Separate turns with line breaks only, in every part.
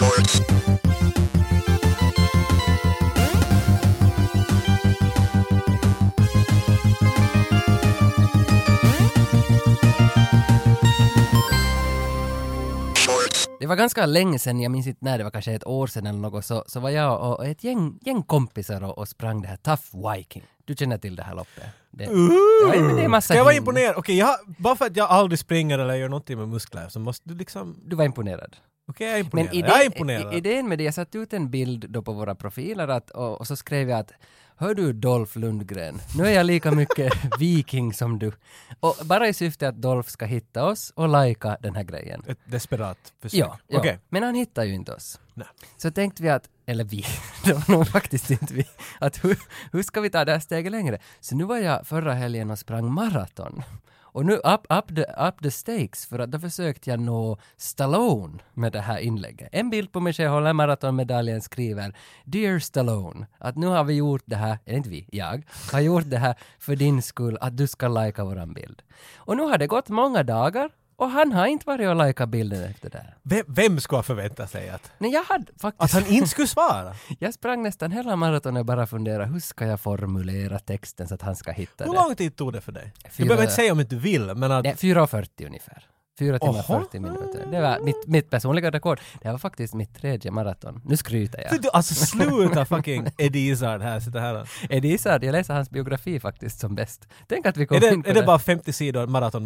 Det var ganska länge sedan, jag minns inte när, det var kanske ett år sedan eller något, så var jag och ett gäng kompisar och sprang det här Tough Viking. Du känner till det här loppet. Det är massa
Ska jag vara imponerad? Okej, bara för att jag aldrig springer eller gör någonting med muskler så måste du liksom...
Du var imponerad.
Okej, jag är imponerad.
Men
Jag är imponerad.
idén med det, jag satt ut en bild då på våra profiler och så skrev jag att hör du Dolph Lundgren, nu är jag lika mycket viking som du. Och bara i syfte att Dolph ska hitta oss och lajka den här grejen.
Ett desperat försök.
Ja.
Okay.
Men han hittar ju inte oss.
Nej.
Så tänkte vi att, eller vi, det var nog faktiskt inte vi, att hur ska vi ta det här steget längre? Så nu var jag förra helgen och sprang maraton. Och nu up the stakes, för att då försökte jag nå Stallone med det här inlägget. En bild på mig själv, håller maratonmedaljen, skriver Dear Stallone, att nu har vi gjort det här, eller inte vi, jag har gjort det här för din skull, att du ska lajka våran bild. Och nu har det gått många dagar och han har inte varit och lajkat bilden efter det här.
Vem ska förvänta sig att...
Nej, jag hade faktiskt...
Att han inte skulle svara?
Jag sprang nästan hela maratonen och bara funderade, hur ska jag formulera texten så att han ska hitta det?
Hur lång tid tog det för dig? Du behöver inte säga om inte du vill, men att...
4:40 ungefär. 4 timmar 40 minuter. Det var mitt personliga rekord. Det var faktiskt mitt 3:e maraton. Nu skryter jag.
Du, alltså sluta fucking Eddie Izzard här. Sitter här.
Eddie Izzard, jag läser hans biografi faktiskt som bäst. Tänk att vi kommer in på
är det bara 50 sidor maraton?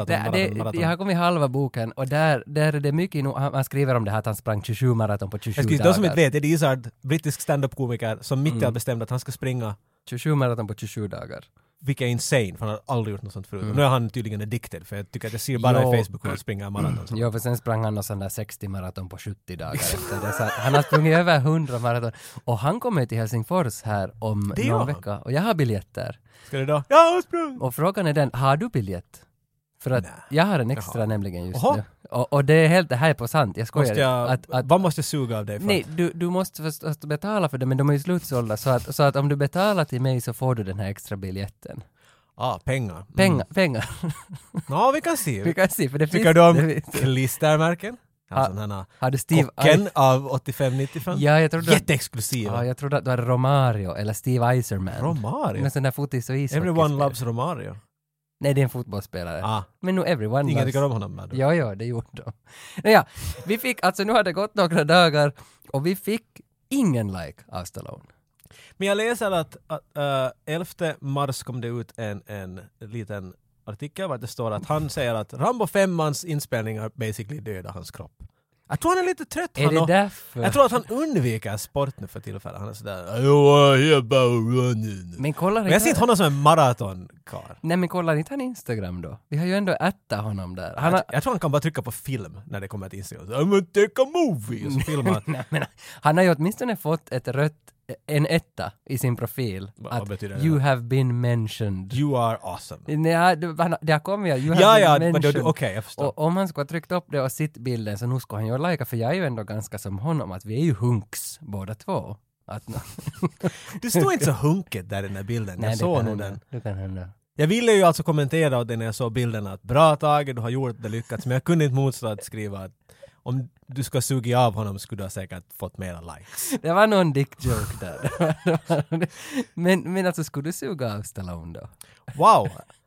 Jag har kommit halva boken och där är det mycket, han skriver om det här att han sprang 27 maraton på 27 dagar.
De som inte vet, Eddie Izzard, brittisk stand-up-komiker som mitt i allt bestämde att han ska springa
27 maraton på 27 dagar.
Vilket är insane, för han har aldrig gjort något sånt förut. Nu är han tydligen addicted, för jag tycker att jag ser bara i Facebook hur han springer maraton.
Ja, för sen sprang han någon sån där 60 maraton på 70 dagar efter det. Så han har sprungit över 100 maraton. Och han kommer till Helsingfors här om någon vecka. Och jag har biljetter.
Ska du då? Ja, sprung!
Och frågan är den, har du biljett? För att jag har en extra nämligen just nu. Och det är helt, det här är på sant. Jag skojar.
Vad måste jag suga av dig för?
Nej, du måste förstås betala för det, men de är ju slutsålda. Så att om du betalar till mig så får du den här extra biljetten.
Pengar.
Pengar.
Ja, vi kan se.
Vi kan se, för det
tycker
finns...
du om klistermärken?
Har du Steve
Kocken av 85-95?
Ja, jag trodde...
Jätteexklusiva.
Ja, jag trodde att du hade Romario eller Steve Eiserman.
Romario?
Med sån där fotis och ishockey.
Everyone loves Romario.
Nej, det är en fotbollsspelare. Men nu everyone
ingen tycker om honom.
Ja, det gjorde de. Naja, vi fick, alltså nu har det gått några dagar och vi fick ingen like av Stallone.
Men jag läser att 11 mars kom det ut en liten artikel där det står att han säger att Rambo 5-mans inspelningar basically dödar hans kropp. Jag tror han är lite trött.
Är det därför?
Jag tror att han undviker sport nu för tillfället. Han är sådär... Men jag ser inte honom som en maratonkar.
Nej, men kollar inte han Instagram då? Vi har ju ändå ättat honom där.
Jag tror han kan bara trycka på film när det kommer till Instagram. I'm gonna take a movie! Och så filmar.
Nej, men han har ju åtminstone fått en etta i sin profil.
Vad betyder det?
You have been mentioned.
You are awesome.
Nej, det har kommit. You have been mentioned.
Okej, jag förstår.
Och om han skulle ha tryckt upp det och sitt bilden så nu skulle han ju lika, för jag är ju ändå ganska som honom, att vi är ju hunks båda två.
Du står inte så hunket där i den här bilden.
Nej,
jag såg nog den.
Det kan hända.
Jag ville ju alltså kommentera av det när jag såg bilden att bra Tage, du har gjort det, lyckats. Men jag kunde inte motstå att skriva att om du ska suga av honom skulle du ha säkert fått mera likes.
Det var någon dick joke där. men alltså, skulle du suga av Stallone då?
Wow!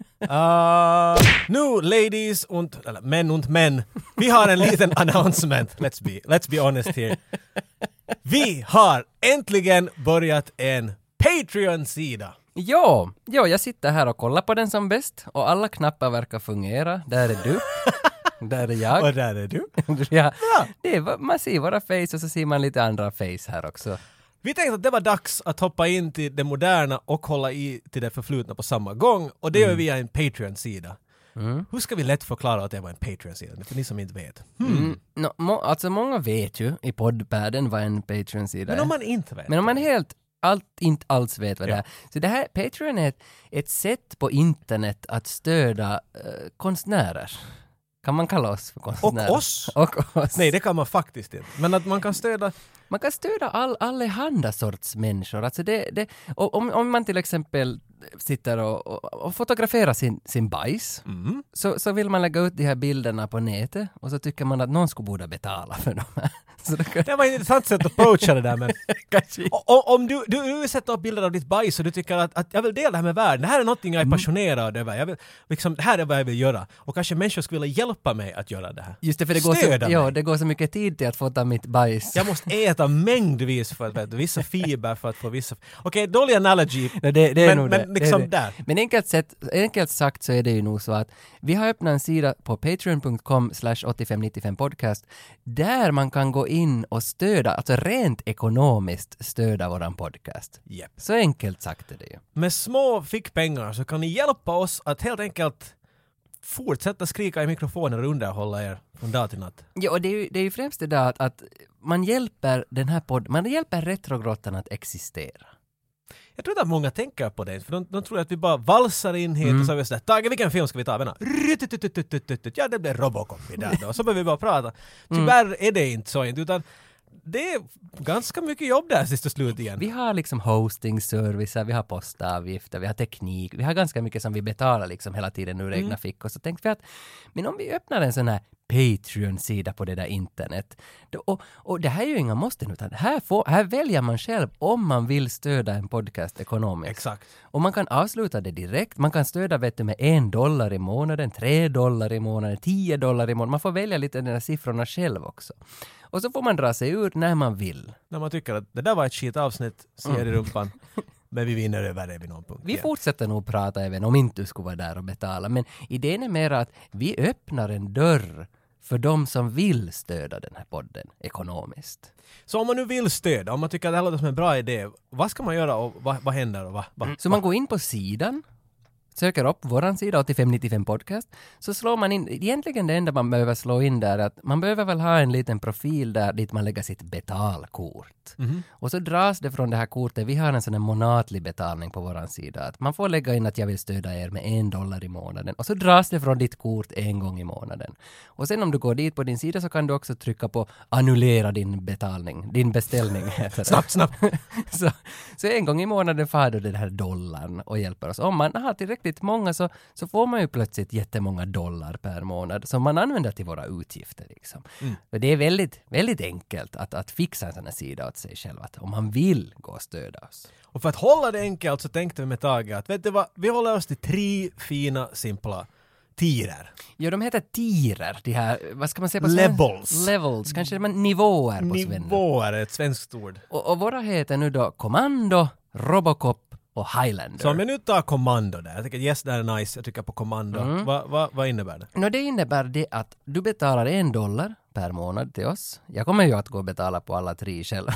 Nu ladies und män. Vi har en liten announcement. Let's be honest here. Vi har äntligen börjat en Patreon-sida.
Ja, jag sitter här och kollar på den som bäst och alla knappar verkar fungera. Där är du. Där är jag.
Och där är du.
Ja. Det är, man ser våra face och så ser man lite andra face här också.
Vi tänkte att det var dags att hoppa in till det moderna och hålla i till det förflutna på samma gång. Och det gör vi via en Patreon-sida. Hur ska vi lätt förklara att det var en Patreon-sida? För ni som inte vet.
Alltså många vet ju i poddvärlden vad en Patreon-sida är.
Men om man inte vet.
Men om man inte alls vet vad det är. Så det här, Patreon är ett sätt på internet att stödja konstnärer. Kan man kalla oss för konstnärer?
Och oss? Nej, det kan man faktiskt inte. Men att man kan stödja...
Man kan stödja allehanda sorts människor. Alltså om man till exempel sitter och fotograferar sin bajs, så vill man lägga ut de här bilderna på nätet och så tycker man att någon skulle borde betala för dem. Så
Det var ett intressant sätt att approacha det där, men
kanske...
om du sätter upp bilder av ditt bajs och du tycker att jag vill dela det här med världen, det här är någonting jag är passionerad över, jag vill, liksom, det här är vad jag vill göra, och kanske människor skulle vilja hjälpa mig att göra det här.
Just det, för det går så mycket tid till att få ta mitt bajs.
Jag måste äta mängdvis för att vissa fiber för att få vissa... Okej, dålig analogy,
No, det är nog
men
det.
liksom
Det är det.
där.
Men enkelt sagt så är det ju nog så att vi har öppnat en sida på patreon.com/8595podcast där man kan gå in och stödja, alltså rent ekonomiskt stödja våran podcast.
Yep.
Så enkelt sagt är det ju.
Med små fickpengar så kan ni hjälpa oss att helt enkelt fortsätta skrika i mikrofoner och underhålla er från dag till natt.
Ja, och det är ju främst det där att man hjälper den här man hjälper Retrogrottan att existera.
Jag tror att många tänker på det, för de tror att vi bara valsar in hit och så är vi sådär, Tage, vilken film ska vi ta? Ja, det blir Robocop i där då. Så börjar vi bara prata. Tyvärr är det inte så, utan det är ganska mycket jobb där sist och slut igen.
Vi har liksom hosting-servicer, vi har postavgifter, vi har teknik, vi har ganska mycket som vi betalar liksom hela tiden ur egna fickor. Så tänkte vi att, men om vi öppnar en sån här Patreon-sida på det där internet, och det här är ju inga måsten, utan här väljer man själv om man vill stödja en podcast ekonomiskt.
Exakt.
Och man kan avsluta det direkt, man kan stödja med $1 i månaden, $3 i månaden, $10 i månaden, man får välja lite de där siffrorna själv också. Och så får man dra sig ur när man vill.
När man tycker att det där var ett skitavsnitt, ser i rumpan. Men vi vinner över det vid någon punkt.
Vi fortsätter nog prata även om inte du skulle vara där och betala. Men idén är mer att vi öppnar en dörr för de som vill stödja den här podden ekonomiskt.
Så om man nu vill stödja, om man tycker att det här låter som en bra idé, vad ska man göra och vad händer? Och
Så man går in på sidan, söker upp våran sida 8595 podcast, så slår man in, egentligen det enda man behöver slå in där är att man behöver väl ha en liten profil där dit man lägger sitt betalkort. Och så dras det från det här kortet, vi har en sån här månatlig betalning på våran sida, att man får lägga in att jag vill stödja er med $1 i månaden, och så dras det från ditt kort en gång i månaden. Och sen om du går dit på din sida så kan du också trycka på annullera din beställning.
Snabbt.
Så en gång i månaden får du den här dollarn och hjälper oss. Om man har tillräckligt många så får man ju plötsligt jättemånga dollar per månad som man använder till våra utgifter. Liksom. Och det är väldigt, väldigt enkelt att fixa en sån här sida åt sig själv, att om man vill gå och stödja oss.
Och för att hålla det enkelt så tänkte vi med Tage att vet du vad, vi håller oss till 3 fina, simpla tirer.
Ja, de heter tirer, de här, vad ska man säga på
Levels.
Levels, kanske man nivåer på svenska.
Nivåer är ett svenskt ord.
Och våra heter nu då Kommando, Robocop och Highlander.
Så om jag nu tar kommando där, jag tycker yes, det är nice, jag tycker på kommando. Vad innebär det?
Det innebär det att du betalar $1 per månad till oss. Jag kommer ju att gå och betala på alla 3 själv.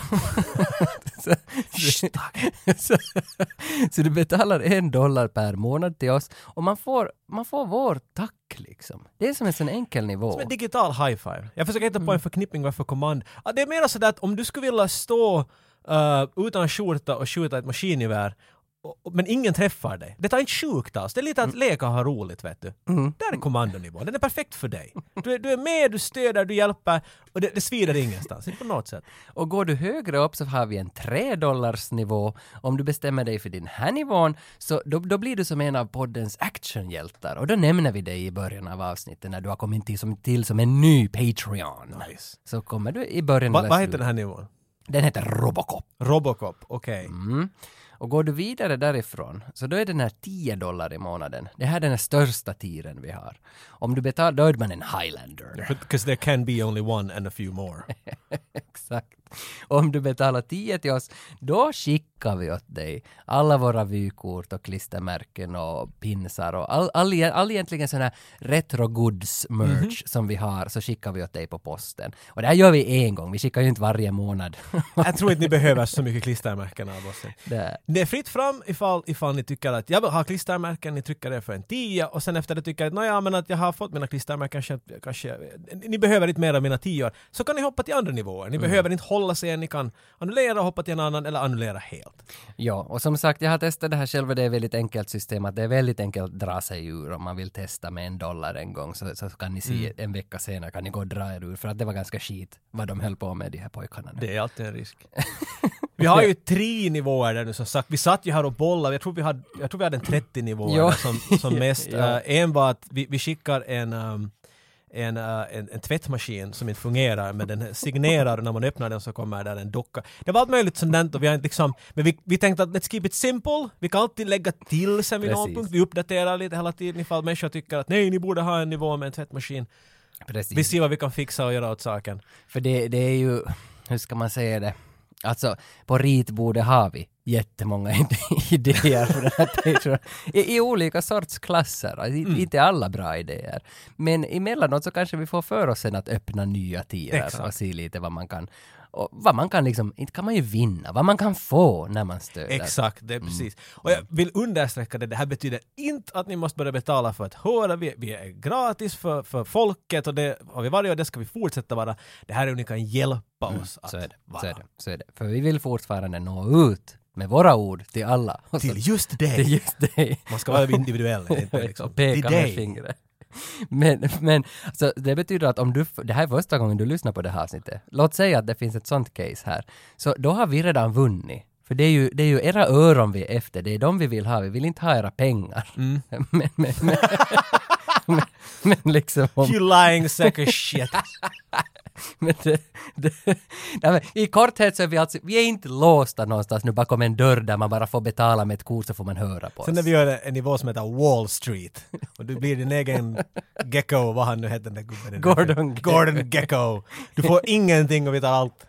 så du betalar $1 per månad till oss och man får vår tack liksom. Det är som en sån enkel nivå.
Som en digital high-five. Jag försöker hitta på en förknippning varför kommando. Det är mer så att om du skulle vilja stå utan skjorta och skjuta ett maskingevär men ingen träffar dig. Det tar inte sjukt alls. Det är lite att leka och ha roligt, vet du. Där är kommandonivån. Den är perfekt för dig. Du är med, du stöder, du hjälper och det svider ingenstans. Inte på något sätt.
Och går du högre upp så har vi en $3 nivå. Om du bestämmer dig för din här nivån så då blir du som en av poddens actionhjältar. Och då nämner vi dig i början av avsnittet när du har kommit till som en ny Patreon.
Nice.
Så kommer du i början.
Vad heter den här nivån?
Den heter Robocop.
Robocop, okej.
Och går du vidare därifrån så då är den här $10 i månaden. Det här är den största tiren vi har. Om du betalar, då är man en Highlander.
Because there can be only one and a few more.
Exakt. Om du betalar 10 till oss, då skickar vi åt dig alla våra vykort och klistermärken och pinsar och all egentligen sån här retro-goods-merch som vi har, så skickar vi åt dig på posten. Och det här gör vi en gång, vi skickar ju inte varje månad.
Jag tror inte ni behöver så mycket klistermärken av oss. Det är fritt fram ifall ni tycker att jag vill ha klistermärken, ni trycker det för en 10 och sen efter det tycker att jag har fått mina klistermärken, kanske ni behöver inte mer av mina 10 så kan ni hoppa till andra nivåer. Ni behöver inte hålla sig, ni kan annullera och hoppa till en annan eller annullera helt.
Ja, och som sagt, jag har testat det här själv och det är ett väldigt enkelt system att det är väldigt enkelt att dra sig ur om man vill testa med $1 en gång så kan ni se en vecka senare kan ni gå och dra er ur för att det var ganska skit vad de höll på med de här pojkarna.
Det är alltid en risk. Vi har ju 3 nivåer där nu som sagt. Vi satt ju här och bollade. Jag tror vi hade en 30 nivåer som mest. En var att vi skickar en tvättmaskin som inte fungerar, men den signerar när man öppnar den så kommer där en docka. Det var allt möjligt sånt där och vi har inte liksom, men vi tänkte att let's keep it simple. Vi kan alltid lägga till sen vid någon punkt. Vi uppdaterar lite hela tiden ifall människor tycker att nej, ni borde ha en nivå med en tvättmaskin.
Precis.
Vi ser vad vi kan fixa och göra åt saken.
För det är ju, hur ska man säga det? Alltså, på ritbordet har vi jättemånga idéer för det här i olika sorts klasser. Alltså, inte alla bra idéer. Men emellanåt så kanske vi får för oss sen att öppna nya tider och se lite vad man kan. Och vad man kan liksom, inte kan man ju vinna, vad man kan få när man stöder.
Exakt, det är precis. Och jag vill understräcka det här betyder inte att ni måste börja betala för att höra. Vi är gratis för folket och det har vi varit och det ska vi fortsätta vara. Det här är hur ni kan hjälpa oss att vara.
Så är det. För vi vill fortfarande nå ut med våra ord till alla.
Till just dig.
Till just dig.
Man ska vara individuell. Inte liksom.
Och peka med fingret. Men alltså, det betyder att om det här är första gången du lyssnar på det här avsnittet, låt säga att det finns ett sånt case här, så då har vi redan vunnit. För det är ju era öron vi är efter, det är de vi vill ha, vi vill inte ha era pengar. Men liksom
You lying sack of shit.
Men men i korthet så är vi är inte låsta någonstans nu bakom en dörr där man bara får betala med ett kort så får man höra på oss.
Sen när vi gör en nivå som heter Wall Street och du blir din egen Gecko, vad han nu heter den där gubben. Gordon Gecko. Du får ingenting och vi tar allt.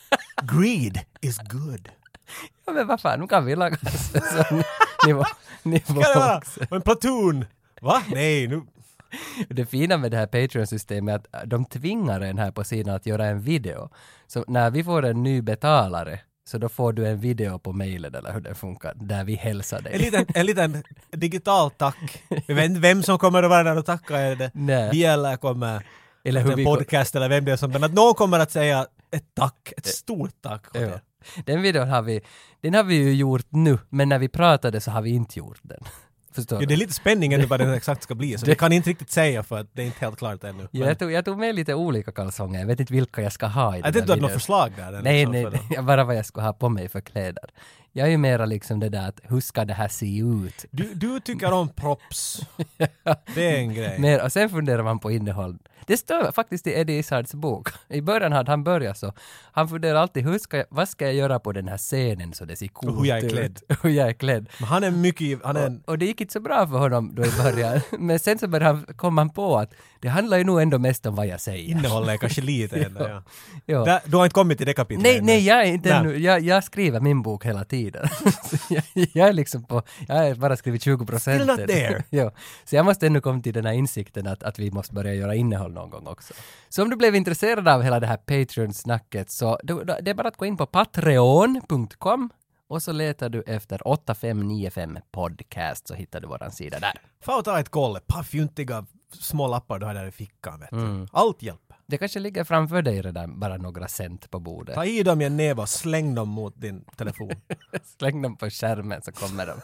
Greed is good.
Ja men vad fan, nu kan vi laga sån nivå också.
Och en platoon. Va? Nej, nu...
Det fina med det här Patreon-systemet är att de tvingar en här på sidan att göra en video. Så när vi får en ny betalare så då får du en video på mejlen eller hur det funkar, där vi hälsar dig.
En liten digital tack. Vi vet inte vem som kommer att vara där och tacka. Är det vi eller kommer eller hur en podcast eller vem det är som... Men att någon kommer att säga ett tack, ett stort tack.
Ja. Den videon har vi ju gjort nu, men när vi pratade så har vi inte gjort den.
Ja, det är lite spänning ännu vad den exakt ska bli. Så det kan inte riktigt säga för att det är inte helt klart ännu.
Ja, jag tog med lite olika kalsonger. Jag vet inte vilka jag ska ha i den här videon.
Jag tänkte du hade något förslag där.
Nej, bara vad jag ska ha på mig för kläder. Jag är ju mera liksom det där att hur ska det här se ut?
Du tycker om props. Det är en grej.
Mer, och sen funderar man på innehåll. Det står faktiskt i Eddie Izzards bok. I början hade han börjat så. Han funderar alltid, vad ska jag göra på den här scenen så det ser coolt ut. Hur jag är klädd.
Men han är mycket...
Och det gick inte så bra för honom då i början. Men sen så började kom han på att det handlar ju nog ändå mest om vad jag säger.
Innehåller kanske lite ändå,
ja.
Du har inte kommit till det kapitlet.
Nej, jag är inte ännu. Jag skriver min bok hela tiden. jag är liksom på... Jag har bara skrivit 20%.
Still not there.
Ja. Så jag måste ännu komma till den här insikten att vi måste börja göra innehåll någon gång också. Så om du blev intresserad av hela det här Patreon-snacket så det är bara att gå in på patreon.com och så letar du efter 8595 podcast så hittar du våran sida där.
Få ta ett koll, paffjuntiga små lappar du har där i fickan. Vet du. Allt hjälper.
Det kanske ligger framför dig redan bara några cent på bordet.
Ta i dem i en näve och släng dem mot din telefon.
Släng dem på skärmen så kommer de.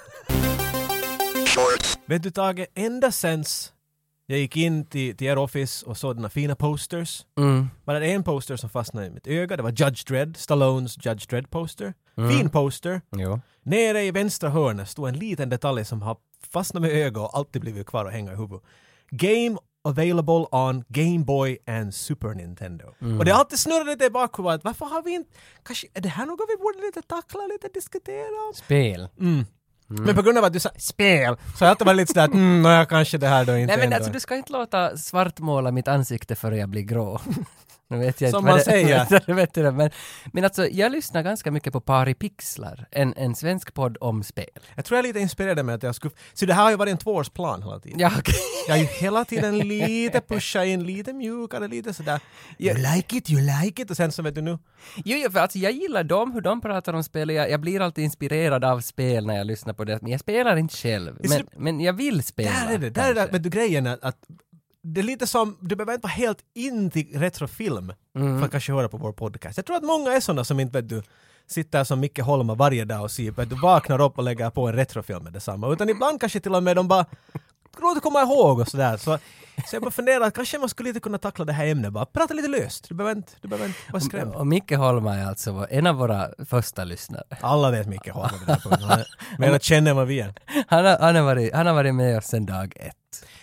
Vet du Tage, ända sens jag gick in till er office och såg dina fina posters. Bara det en poster som fastnade i mitt öga. Det var Judge Dredd, Stallones Judge Dredd poster. Fin poster.
Jo.
Nere i vänstra hörnet stod en liten detalj som har fastnat med öga och alltid blivit kvar och hänga i huvudet. Game available on Game Boy and Super Nintendo. Och det har alltid snurrat lite i bakhuvudet. Varför har vi inte... Kanske, är det här något vi borde lite tackla, lite diskutera?
Spel.
Men på grund av att du sa spel så har jag alltid varit lite sådär jag kanske det här då inte.
Nej men alltså du ska inte låta svartmåla mitt ansikte för jag blir grå. Nu vet jag
som
inte
man säger.
Men alltså jag lyssnar ganska mycket på Paripixlar, en svensk podd om spel.
Jag tror jag är lite inspirerad med att jag skulle... Så det här har ju varit en 2-årsplan hela tiden.
Ja, okay.
Jag har ju hela tiden lite pushat in, lite mjukare, lite sådär. You like it. Och sen så vet du nu.
Jo, för alltså jag gillar hur de pratar om spel. Jag blir alltid inspirerad av spel när jag lyssnar på det. Men jag spelar inte själv. Men jag vill spela.
Där är det. Vet du grejen att det är lite som, du behöver inte vara helt in till retrofilm för att kanske höra på vår podcast. Jag tror att många är sådana som inte vet du sitter som Micke Holma varje dag och ser att du vaknar upp och lägger på en retrofilm med detsamma. Utan ibland kanske till och med de bara råd att komma ihåg och sådär. Så jag bara funderar att kanske man skulle lite kunna tackla det här ämnet. Bara prata lite löst. Du behöver inte vara skrämd.
Och Micke Holma är alltså en av våra första lyssnare.
Alla vet Micke Holma. Men jag känner vad vi är.
Han har varit med oss sedan dag 1.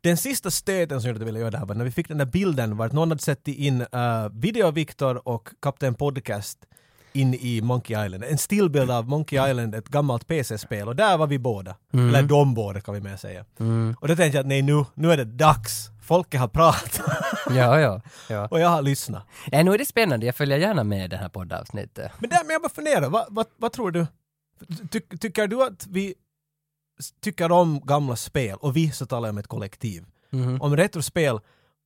Den sista stöten som gjorde att jag ville göra det här var när vi fick den där bilden var att någon hade sett in Video Victor och Kapten Podcast in i Monkey Island. En stillbild av Monkey Island, ett gammalt PC-spel. Och där var vi båda. Eller de båda kan vi med säga. Och då tänkte jag att nej, nu är det dags. Folket har pratat.
Ja.
Och jag har lyssnat.
Nu är det spännande, jag följer gärna med det här poddavsnittet.
Men jag bara funderar, vad tror du? Tycker du att vi tycker om gamla spel? Och vi så talar om ett kollektiv. Om retrospel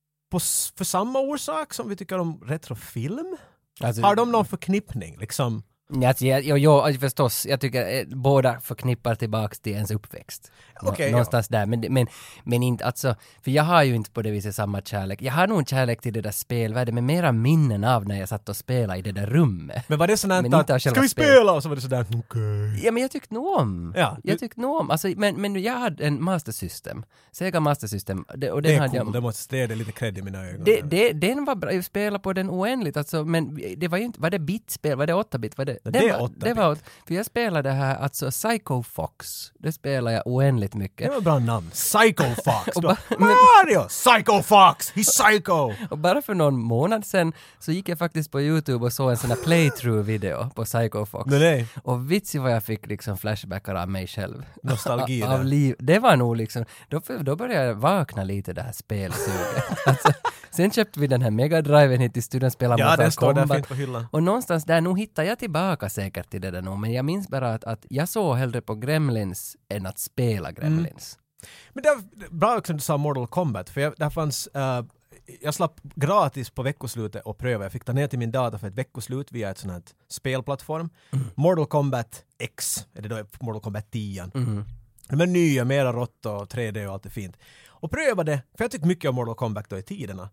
för samma orsak som vi tycker om retrofilm?
Alltså,
har de någon förknippning liksom?
Alltså, förstås, jag tycker båda förknippar tillbaks till ens uppväxt. Någonstans där, men inte, alltså, för jag har ju inte på det viset samma kärlek. Jag har nog en kärlek till det där spelvärlden, men mera minnen av när jag satt och spelade i det där rummet.
Men var det sådär att, ska vi spela? Och så var det sådär, okej.
Ja, men jag tyckte nog om. Jag tyckte nog om. Alltså, men jag hade en Master System. Sega Master System. Och den
det är
hade
cool, det måste det är lite cred i mina ögon.
Den var bra, jag spelade på den oändligt, alltså, men det var ju inte, var det bitspel, var det 8-bit, var det? Det var, för jag spelade det här, alltså Psycho Fox, det spelar jag oändligt mycket.
Det var bra namn, Psycho Fox. Mario, Psycho Fox, he's psycho.
Och bara för någon månad sedan så gick jag faktiskt på YouTube och såg en sån här playthrough-video på Psycho Fox.
Nej.
Och vitsi vad jag fick liksom flashbackar av mig själv.
Nostalgi
av liv. Det var nog liksom, då började jag vakna lite det här spelsuget. Alltså, sen köpte vi den här Mega Driven hit i studion, spelade
Mortal
Kombat.
står där fint på hyllan.
Och någonstans där, nu hittar jag tillbaka säkert till det där nu, men jag minns bara att jag såg hellre på Gremlins än att spela Gremlins.
Men det var bra också att du sa Mortal Kombat, för där fanns jag slapp gratis på veckoslutet och pröva. Jag fick ta ner till min data för ett veckoslut via ett sånt här spelplattform. Mortal Kombat X, är det då Mortal Kombat 10. De är nya, mera rått och 3D och allt är fint. Och prövade, för jag tyckte mycket om Mortal Kombat då i tiderna.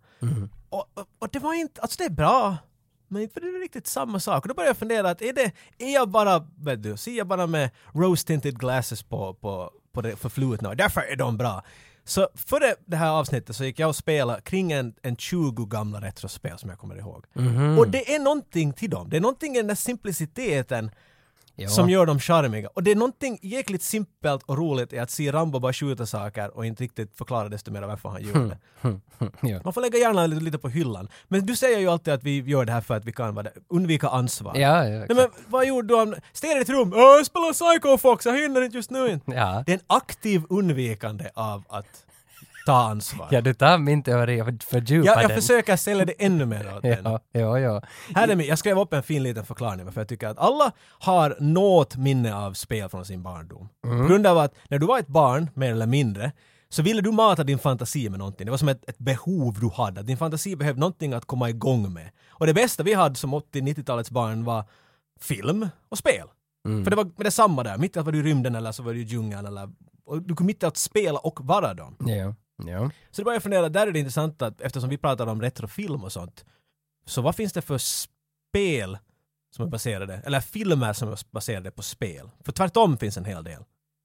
Och det var inte, alltså det är bra, men inte det är riktigt samma sak. Och då började jag fundera att är jag bara, vet du, ser jag bara med rose-tinted glasses på det förflutna och därför är de bra. Så för det här avsnittet så gick jag och spelade kring en 20 gamla retrospel som jag kommer ihåg. Och det är någonting till dem. Det är någonting i den där simpliciteten som gör dem charmiga. Och det är någonting jäkligt simpelt och roligt i att se Rambo bara skjuta saker och inte riktigt förklara desto mer varför han gör det. Man får lägga gärna lite på hyllan. Men du säger ju alltid att vi gör det här för att vi kan undvika ansvar.
Nej,
men vad gjorde du? Steg i ditt rum. Jag spelar Psycho Fox, jag hinner inte just nu.
Ja.
Det är en aktiv undvikande av att ta ansvar.
Ja, du tar min teori och fördjupar den.
Jag försöker sälja det ännu mer åt den.
Ja.
Här är jag skrev upp en fin liten förklaring för jag tycker att alla har något minne av spel från sin barndom. På grund av att när du var ett barn, mer eller mindre, så ville du mata din fantasi med någonting. Det var som ett behov du hade. Din fantasi behövde någonting att komma igång med. Och det bästa vi hade som 80-90-talets barn var film och spel. För det var samma där. Mitt i allt var du i rymden eller så var du i djungeln. Och du kom mitt i att spela och vara dem.
Ja.
Så det börjar jag fundera, där är det intressant att eftersom vi pratar om retrofilm och sånt, så vad finns det för spel som är baserade, eller filmer som är baserade på spel? För tvärtom finns en hel del.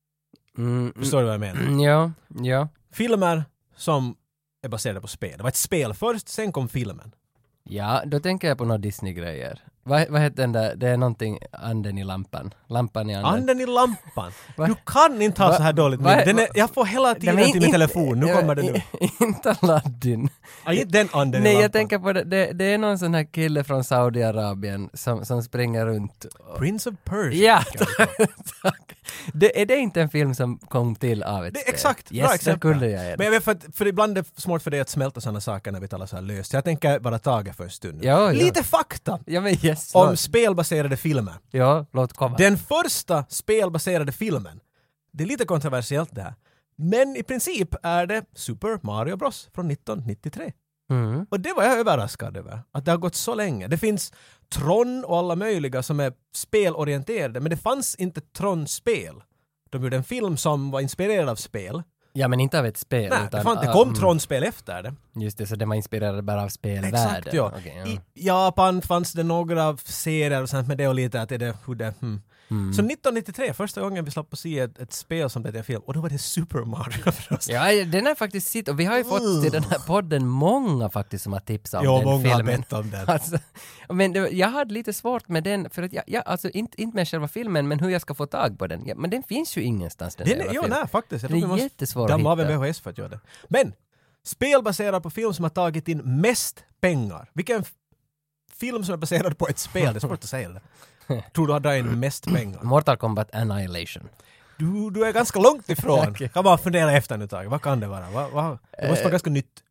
Förstår du vad jag menar?
Ja.
Filmer som är baserade på spel. Det var ett spel först, sen kom filmen.
Ja, då tänker jag på några Disney-grejer. Vad heter den där? Det är någonting anden i lampan. Lampan i anden.
Anden i lampan? Du kan inte ha så här dåligt minne. Jag får hela tiden till min telefon. Nu kommer det nu.
Inte Aladdin.
Inte den anden i
Nej,
lampan.
jag tänker på det är någon sån här kille från Saudiarabien som springer runt.
Prince of Persia.
Ja, tack. Är det inte en film som kom till av ett spel?
Exakt,
yes,
bra exempel.
Men
jag vet för ibland är det svårt för dig att smälta sådana saker när vi talar så här löst. Jag tänker bara Tage för en stund.
Ja.
Lite fakta om spelbaserade filmer.
Ja, låt komma.
Den första spelbaserade filmen, det är lite kontroversiellt det här, men i princip är det Super Mario Bros från 1993. Och det var jag överraskad över, att det har gått så länge. Det finns Tron och alla möjliga som är spelorienterade, men det fanns inte Tron-spel. De gjorde en film som var inspirerad av spel.
Ja, men inte av ett spel.
Nej, det kom Tron-spel efter det.
Just det, så det var inspirerad bara av spelvärlden.
Exakt, ja.
Okay, ja.
I Japan fanns det några serier och sånt med det och lite att det är hur det... Så 1993, första gången vi slapp på se ett spel som det är film, och då var det Super Mario förstås.
Ja, den har faktiskt sitt, och vi har ju fått till den här podden många faktiskt som har tipsat om den
många
filmen.
har bett om den.
Alltså, men jag hade lite svårt med den, för att jag alltså inte med själva filmen, men hur jag ska få tag på den. Ja, men den finns ju ingenstans, den jävla filmen.
Nej, faktiskt. Jag
Den är
tror vi
jättesvår
måste
att
damma av en
hitta.
VHS för att göra det. Men, spel baserat på film som har tagit in mest pengar. Vilken film som är baserad på ett spel? Det är svårt att säga det. Tror du har dragit in mest pengar?
Mortal Kombat Annihilation.
Du är ganska långt ifrån.
Okej.
Kan bara fundera efter nu ett tag. Vad kan det vara? Det måste vara ganska nytt.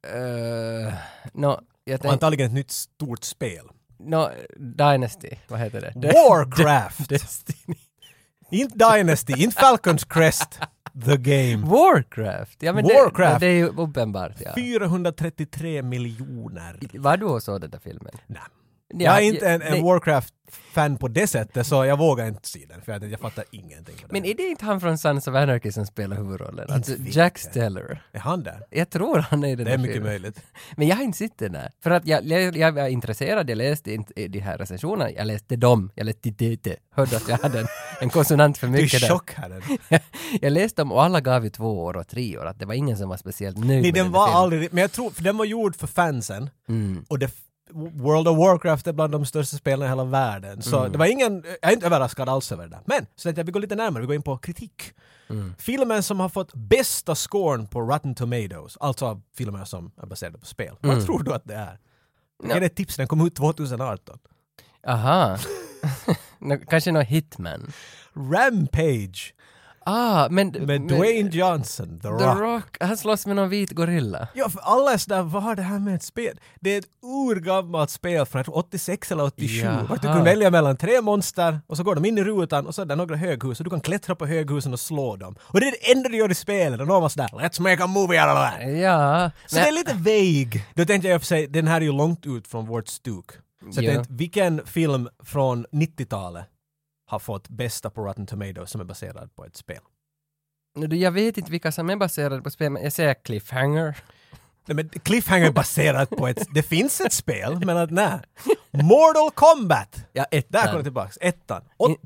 Jag
Och
tänkte...
antagligen ett nytt stort spel.
Dynasty, vad heter det?
Warcraft!
Destiny.
Inte Dynasty, inte Falcon's Crest. The Game.
Warcraft! Ja, men
Warcraft.
Det är ju uppenbart, ja.
433 miljoner.
Var du och såg den där filmen?
Nej.
Ja,
Jag är inte en
nej.
Warcraft-fan på det sättet, så jag vågar inte se den, för jag fattar ingenting.
Men är det inte han från Sons of Anarchy som spelar huvudrollen? Alltså
vet
Jack
jag.
Steller.
Är han där?
Jag tror han är i den
Det är
där
mycket
filmen.
möjligt.
Men jag har inte sett den där. För att jag var intresserad, jag läste inte de här recensionerna, jag läste dem, jag läste det. Hörde att jag hade en konsonant för
Du är
mycket där.
chock här.
Jag läste dem och alla gav ju 2 år och 3 år, att det var ingen som var speciellt nöjd
Nej,
med
den
där
var
filmen.
aldrig... Men jag tror, för den var gjord för fansen.
Mm.
Och World of Warcraft är bland de största spelen i hela världen. Så det var ingen... Jag är inte överraskad alls över det. Men, så att vi går lite närmare, vi går in på kritik. Filmen som har fått bästa scoren på Rotten Tomatoes, alltså filmer som är baserade på spel. Vad tror du att det är?
Ja.
Är det ett tips? Den kom ut 2018.
Aha. Kanske någon Hitman.
Rampage
Men
med Dwayne Johnson, The
The
Rock.
Rock, han slåss med någon vit gorilla.
Ja, för alla är sådär, vad har det här med ett spel? Det är ett urgammalt spel från jag tror 86 eller 87.
Jaha.
Vart du kan välja mellan 3 monster och så går de in i rutan och så är det några höghus och du kan klättra på höghusen och slå dem. Och det är det enda du gör i spelet och någon var sådär, let's make a movie out of that.
Ja.
Så det är lite vague. Då tänkte jag för sig, den här är ju långt ut från vårt stuk. Så jag
Ja.
tänkte, vilken film från 90-talet har fått bästa på Rotten Tomatoes som är baserad på ett spel?
Jag vet inte vilka som är baserade på spel, men jag säger Cliffhanger.
Nej, men Cliffhanger är baserat på ett... Det finns ett spel, men att nej. Mortal Kombat!
Ja,
Där kommer
ettan.
jag tillbaka. Ettan.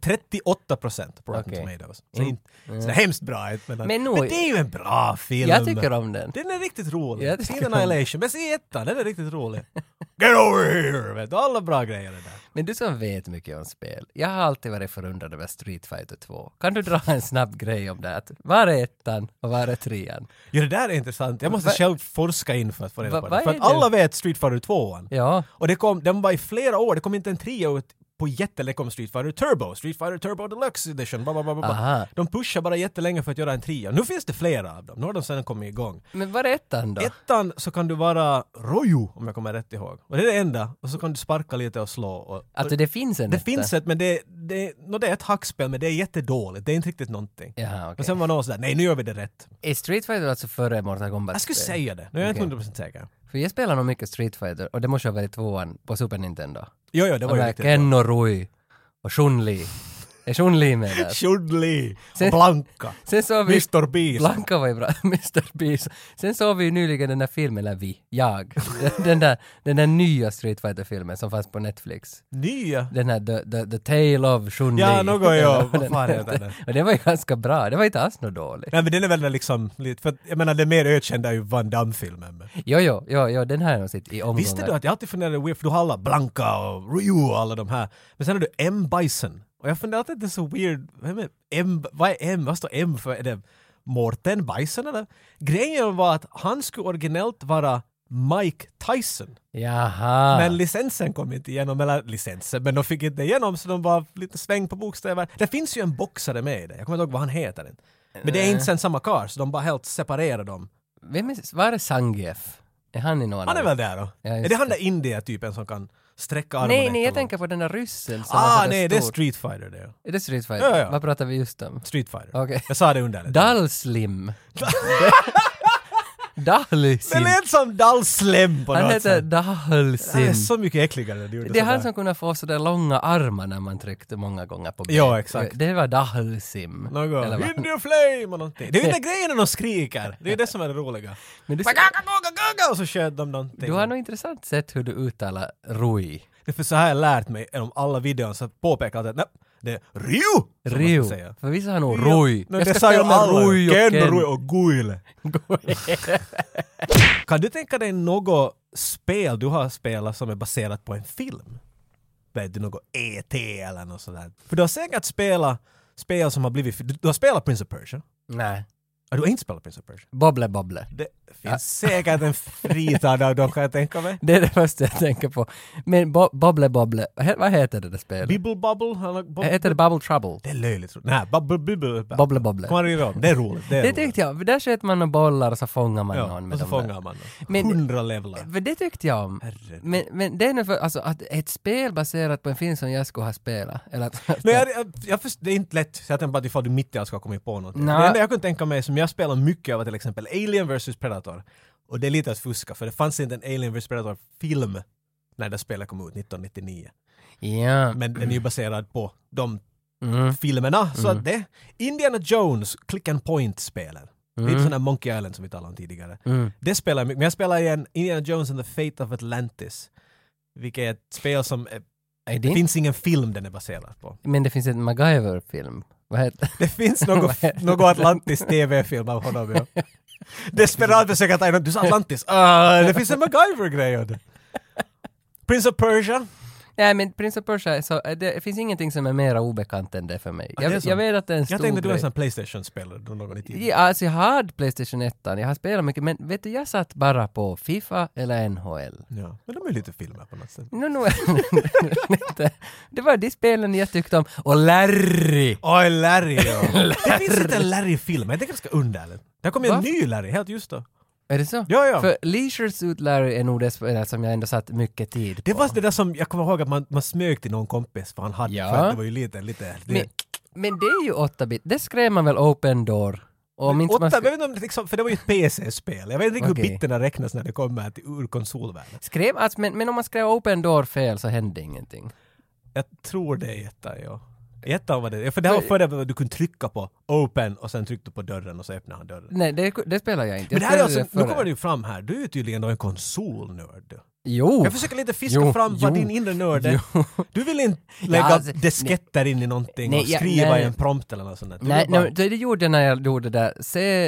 38% på Rotten
Okej.
Tomatoes. Så, så det är hemskt bra. Men
Men nog-
det är ju en bra film.
Jag tycker om den.
Den är riktigt rolig.
Jag tycker
Se
om
Annihilation. Men se ettan, den är riktigt rolig. Get over here! Vet du, alla bra grejer det där.
Men du som vet mycket om spel, jag har alltid varit förundrad över Street Fighter 2. Kan du dra en snabb grej om det? Att var är ettan och var är trean?
Ja, det där är intressant. Jag måste själv forska in för att få reda på det.
vad
För
är
att
det?
alla vet Street Fighter 2.
Ja.
Och den var i flera år, det kom inte en 3 ut på jättelänge om Street Fighter Turbo Deluxe Edition,
Aha.
De pushar bara jättelänge för att göra en 3. Nu finns det flera av dem, nu har de sedan kommit igång.
Men var är ettan då?
Ettan så kan du vara Roju, om jag kommer rätt ihåg. Och det är det enda, och så kan du sparka lite och slå. Och
Alltså det finns en
det
etta.
finns ett, men det är ett hackspel, men det är jättedåligt, det är inte riktigt någonting.
Jaha, okej.
Och sen var någon sådär, nej nu gör vi det rätt.
Är Street Fighter alltså före Mortal Kombat?
Jag skulle säga det, nu är jag inte 100% säker.
För jag spelar nog mycket Street Fighter och det måste ha varit tvåan på Super Nintendo.
Jo, det var ju riktigt bra.
Ken och Rui och Chun-Li. Är Chun-Li med där?
Chun-Li
Sen-
och Blanka.
Sen såg vi...
Mr. Beast.
Blanka var ju bra, Mr. Beast. Sen såg vi ju nyligen den där filmen, eller den där nya Street Fighter-filmen som fanns på Netflix.
Nya?
Den här The Tale of Chun-Li.
Ja, något ja. Vad
Den-
fan heter den?
Och den var ju ganska bra, det var inte alls något dåligt.
Nej men den är väl liksom lite, för att, jag menar det mer ökända är ju Van Damme-filmen. Men.
Jo, den har jag nog sett i omgångar.
Visste du att jag alltid funderade weird, för du har alla Blanka och Ryu och alla de här. Men sen har du M. Bison. Och jag funderar att det är så weird. Vad är M? Vad står M för? Är det Morten Bison eller? Grejen var att han skulle originellt vara Mike Tyson.
Jaha.
Men licensen kom inte igenom, eller licensen, men de fick inte igenom så de var lite sväng på bokstäver. Det finns ju en boxare med i det. Jag kommer inte ihåg vad han heter. Men det är inte sen samma kar, så de bara helt separerar dem.
Var är Zangief? Är han i någon
Han är
av-
väl där då?
Ja,
Är
just
det han
det.
där India-typen som kan sträcka armarna
Nej, jag
jättelångt?
tänker på den där ryssen som var så
Nej, det är
stor.
Street Fighter det.
Är det Street Fighter?
Ja, ja.
Vad pratar vi just om?
Street Fighter.
Okej.
Jag sa det under.
Dull Slim. Dahlysim.
Det lät som Dalslem på
Han
något
heter
sätt. Det
Dahlysim.
är så mycket äckligare.
Det är han som kunde få så där långa armar när man tryckte många gånger på B.
Ja, exakt.
Det var Dahlysim.
Något.
Eller vad?
Indian flame och någonting. Det är ju den grejen när de skriker. Det är det som är det roliga.
Men du,
Och så sköt de någonting.
du har nog intressant sätt hur du uttalar Rui.
Det är för så här jag lärt mig om alla videon så påpekar jag att nej, det är Ryu! som man
Ryu.
ska säga.
För vissa har nog Rui.
Nej,
Jag
det
ska
sa ju
spela med
alla.
Rui och
Ken,
Ken.
Rui och Guile. Kan du tänka dig något spel du har spelat som är baserat på en film? Vet du, något E.T. eller något sådär? För du har säkert spelat spel som har blivit... Du har spelat Prince of Persia.
Nej.
Du har inte spelat Prince of Persia.
Bobble.
Det finns säkert en fritid av dem kan jag tänka mig.
Det är det första jag tänker på. Men Bobble. Vad heter det där spelet?
Bibble Bubble?
Heter det Bubble Trouble?
Det är löjligt. Nej, Bubble.
Bobble.
Kommer du ihåg? Det är roligt.
Det tyckte jag. För där sköt man och bollar och så fångar man
Ja,
någon
och
med
så
dem.
fångar man dem.
Men-
100 levlar.
För det tyckte jag om.
Herregud.
Men det är nu för, alltså, att ett spel baserat på en film som jag skulle ha spelat. Eller att,
Nej, det är inte lätt. Så jag tänkte bara att ifall du mitt i allt ska komma på någonting.
Nå.
Det enda jag kunde tänka mig som jag spelar mycket av var till exempel Alien vs Predator. Och det är lite att fuska för det fanns inte en Alien vs Predator-film när det spelet kom ut 1999.
ja.
Men den är ju baserad på de
Mm.
filmerna. Så att det Indiana Jones click and point-spelen. Lite sån där Monkey Island som vi talade om tidigare.
Mm.
Det spelar jag mycket. Men jag spelar igen Indiana Jones and the Fate of Atlantis. Vilket är ett spel som
Är
det
det?
finns ingen film den är baserad på.
Men det finns en MacGyver-film. Vad heter
Det finns något Atlantis TV-film av honom. Ja. Desperat försöker ta in du sa Atlantis. Det finns en MacGyver-grej av det. Prince of Persia.
Nej, men Prince of Persia, så, det finns ingenting som är mer obekant än det för mig.
det är så.
Jag vet att det är en stor
Jag tänkte du var en
grej.
sån Playstation-spelare någon i tiden.
Ja, alltså jag hade Playstation 1, jag har spelat mycket, men vet du, jag satt bara på FIFA eller NHL.
Ja, men de är lite filmer på något sätt.
Det var de spelen jag tyckte om. Och Larry!
Oj, Larry, ja. Det finns inte en Larry-film. Jag tycker det ska underligt. Det kommer en
Va?
ny Larry, helt just då.
Är det så?
Ja.
För Leisure Suit Larry är nog det spelet som jag ändå satt mycket tid på.
Det var det där som, jag kommer ihåg att man smög till någon kompis för han hade,
Ja.
för att det var ju lite
Men det är ju 8-bit. Det skrev man väl Open Door? Och minns man
jag vet inte om det liksom, för det var ju ett PC-spel. Jag vet inte
Okej.
hur bitterna räknas när det kommer ur konsolvärlden.
skrev, alltså, men om man skrev Open Door fel så hände ingenting.
Jag tror det är ettan, ja. Ettan var det. Ja, för det här var före att du kunde trycka på open och sen tryckte du på dörren och så öppnade han dörren.
Nej, det spelar jag inte.
Men
Jag
det här är
spelade
alltså, nu
före.
kommer det ju fram här. Du är ju tydligen då en konsolnörd.
Jo!
Jag försöker lite fiska
Jo,
fram vad
jo,
din inre nörd är. Du vill inte lägga
alltså,
disketter in i någonting
nej,
och
ja,
skriva
nej.
i en prompt eller något sånt där. Du
Nej,
vill bara-
det gjorde jag när jag gjorde det där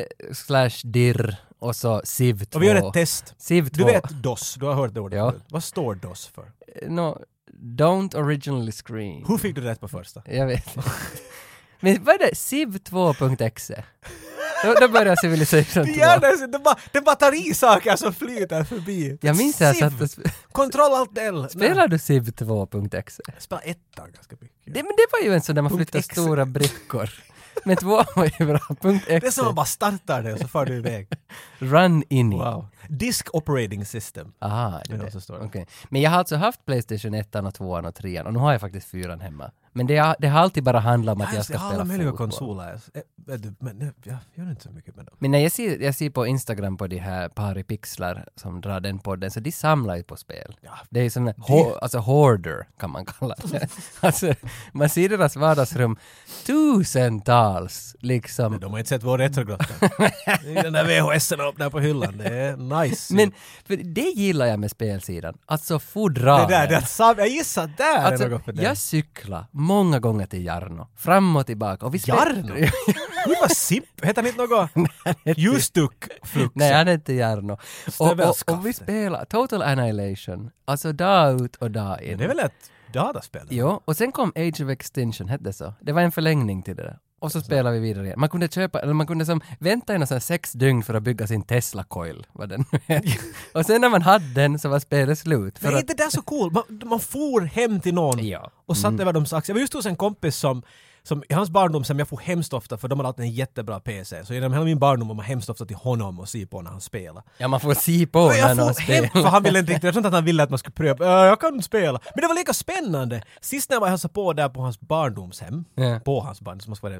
C/dir och så Civ 2.
Och vi gör ett test.
Civ 2.
Du vet DOS, du har hört det ordet
Ja.
förut. Vad står DOS för?
No, don't originally screen.
Hur fick du rätt på första?
Jag vet inte. Men vad är det? Civ2.exe? Då börjar Civilization 2.
Det bara tar i saker som flyter förbi.
Jag minns att jag
Civ.
satt och
Kontroll alt L.
Spelar du Civ2.exe?
Spela ettan ganska mycket.
Men det var ju en sån där man
Punkt
flyttar
exe.
stora brickor. Men 2 var ju bra.
Det är som
.exe.
man bara startar det och så far du iväg.
Run in i.
Wow. Disk operating system.
Aha,
Det är
det.
det som står.
Okej. Men jag har alltså haft Playstation 1 och 2 och 3 och nu har jag faktiskt 4 hemma. Men det har alltid bara handlat om att jag ska
har alla
spela
möjliga
fotboll.
konsoler. Men jag gör inte så mycket med dem.
Men när jag ser på Instagram på de här paripixlar som drar den podden, så de samlar ju på spel.
Ja.
Det är som alltså hoarder kan man kalla det. Alltså, man ser deras vardagsrum tusentals liksom.
De har inte sett vår retrogrotta. Den där VHSen upp där på hyllan. Det är nice.
Men för det gillar jag med spelsidan. Alltså fodra.
Jag gissar där är
Alltså,
något för dig.
jag cyklar många gånger till Jarno. Fram och tillbaka. Och vi
Jarno? Gud vad sipp. Heter han inte något? Justuk Flux.
Nej, han heter Jarno. Och
Stövelskafte.
vi spelar Total Annihilation. Alltså dag ut och dag in.
Det är väl ett dataspel?
Jo, och sen kom Age of Extinction, hette det så? Det var en förlängning till det där. Och så spelade vi vidare igen. Man kunde köpa, eller man kunde som vänta i någon 6 dygn för att bygga sin Tesla-coil, vad den nu är. Och sen när man hade den så var spelet slut.
Men är inte det så cool? Man for hem till någon
Ja.
och satt över deras aktier. Jag var just hos en kompis som i hans barndom som jag får hemskt ofta för de hade alltid en jättebra PC. Så genom hela min barndom var man hemskt ofta till honom och se på när han spelar.
Ja, man får se på när
Jag
någon
får hem,
spelar.
för han ville inte riktigt, jag tror inte att han ville att man skulle pröva. Jag kan spela. Men det var lika spännande. Sist när jag var hälsade på där på hans barndomshem,
Ja.
på hans barndom, så måste vara det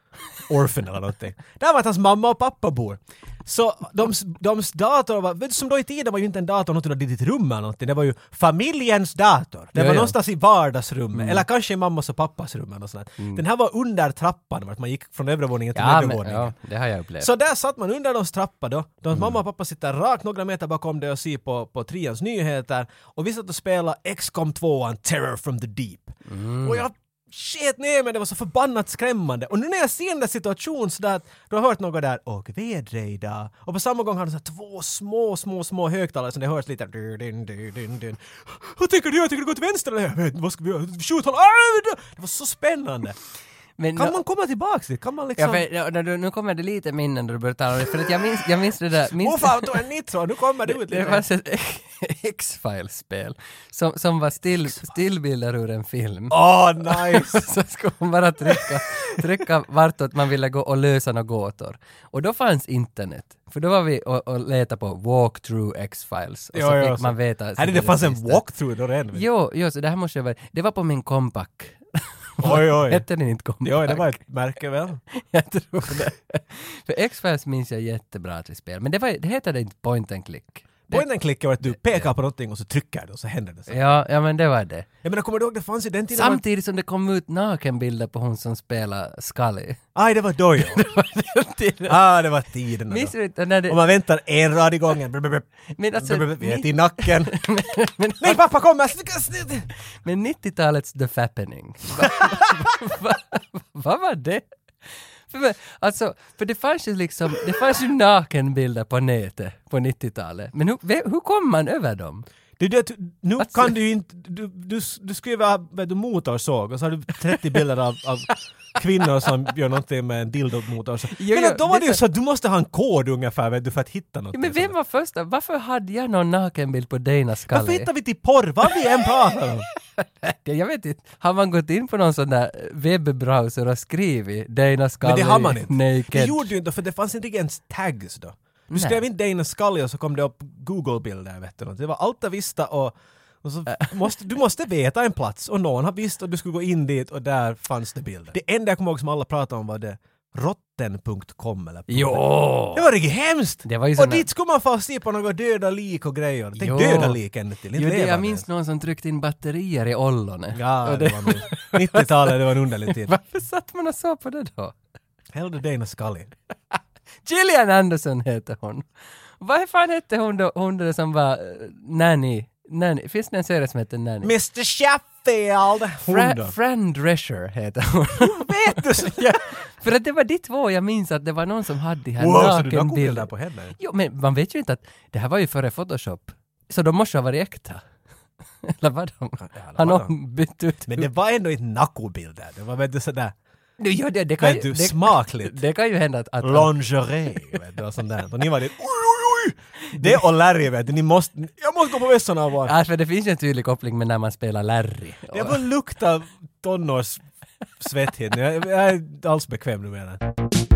Orphan eller någonting. Där var att hans mamma och pappa bor. Så de dator var, vet du, som då i tiden var ju inte en dator något i ditt rum eller någonting. Det var ju familjens dator. Det var någonstans i vardagsrummet. Eller kanske i mammas och pappas rum eller sånt. Den här var under trappan, vart man gick från övre våningen till nedre våningen.
Ja, det har jag upplevt.
Så där satt man under deras trappa då. Mamma och pappa sitter rakt några meter bakom det och ser på Trians nyheter. Och vi satt och spelade XCOM 2 Terror from the Deep. Och jag shit, nej, men det var så förbannat skrämmande. Och nu när jag ser den där situationen så där att du har hört något där och vädre idag. Och på samma gång har du så två små högtalare som det hörs lite dun. Vad tänker du? Jag tänker gå till vänster eller? Jag vet, vad ska vi göra? Shoot, det var så spännande. Men kan man komma tillbaka till? Kan man liksom...
Nu kommer det lite minnen när du börjar tala om det. För att jag minns det där...
Fan, då är Nitro, nu kommer det ut lite.
Det fanns ett X-Files-spel som var stillbilder ur en film.
Nice!
Så skulle man bara trycka vartåt man ville gå och lösa några gåtor. Och då fanns internet. För då var vi och letade på walkthrough X-Files. Och så fick man veta...
Det fanns en walkthrough då redan.
Jo, så det här måste jag vara... Det var på min Compaq.
Oj.
Hette den inte Compaq?
Ja, det var ett märke väl.
Jag tror det. För X-Files minns jag jättebra till spel. Men det heter inte point and click.
Point and click är att du pekar på någonting och så trycker du och så händer det så.
Ja, men det var det.
Jag menar, kommer du ihåg det fanns i den tiden?
Samtidigt som det kom ut nakenbilder på hon som spelar Scully.
Aj, det var då ju.
Det var den tiden.
Det var tiden då.
Minns du inte när det...
Och man väntar en rad i gången.
Men alltså...
Vi är till nacken.
men,
nej, pappa, kom!
Men 90-talets The Fappening. Vad var det? För det fanns ju nakenbilder på nätet på 90-talet. Men hur kom man över dem?
Nu kan du ju inte... Du skriver motorsåg och så har du 30 bilder av kvinnor som gör någonting med en dildo-motor. Men då var det ju så att du måste ha en kod ungefär för att hitta något.
Men vem var första? Varför hade jag någon nakenbild på Dana Scully?
Varför hittar vi till porr? Vad vi än pratar om?
Jag vet inte. Har man gått in på någon sån där webbrowser och skrivit Dana Scully?
Men det har man inte.
Naked.
Det gjorde ju inte, för det fanns inte ens tags då. Du skrev in Dana Scully och så kom det upp Google-bilder, vet du. Det var allt jag visste och så du måste veta en plats och någon har visst och du skulle gå in dit och där fanns det bilder. Det enda jag kommer ihåg som alla pratade om var det rotten.com eller
jo!
Det var riktigt hemskt!
Det var ju
och dit skulle man få se på några döda lik och grejer. Tänk döda lik ännu till.
Jag minns någon som tryckte in batterier i ollonet.
Ja, det var nog 90-talet, det var en underlig tid.
Varför satt man och så på det då?
Hellre Dana Scully.
Gillian Anderson heter hon. Vad fan hette hon då som var Nanny? Finns det en serie som heter Nanny?
Mr. Sheffield!
Fran Drescher heter hon.
Vet du så?
Ja, för att det var de två jag minns att det var någon som hade de här
nakenbilder på henne?
Jo, men man vet ju inte att det här var ju före Photoshop. Så de måste ha varit äkta. Eller vad de? Han har bytt ut.
Men det var ändå inte nakobilder. Det var väl sådär...
Ja, det kan ju...
smakligt.
Det kan ju hända att...
Lingerie, vet du, och sånt där. Och ni var det... Oj! Det och Larry, vet du. Jag måste gå på vässorna av var.
Ja, för det finns ju en tydlig koppling med när man spelar Larry.
Det bara luktar tonårs svetthet. Jag är inte alls bekväm nu med det.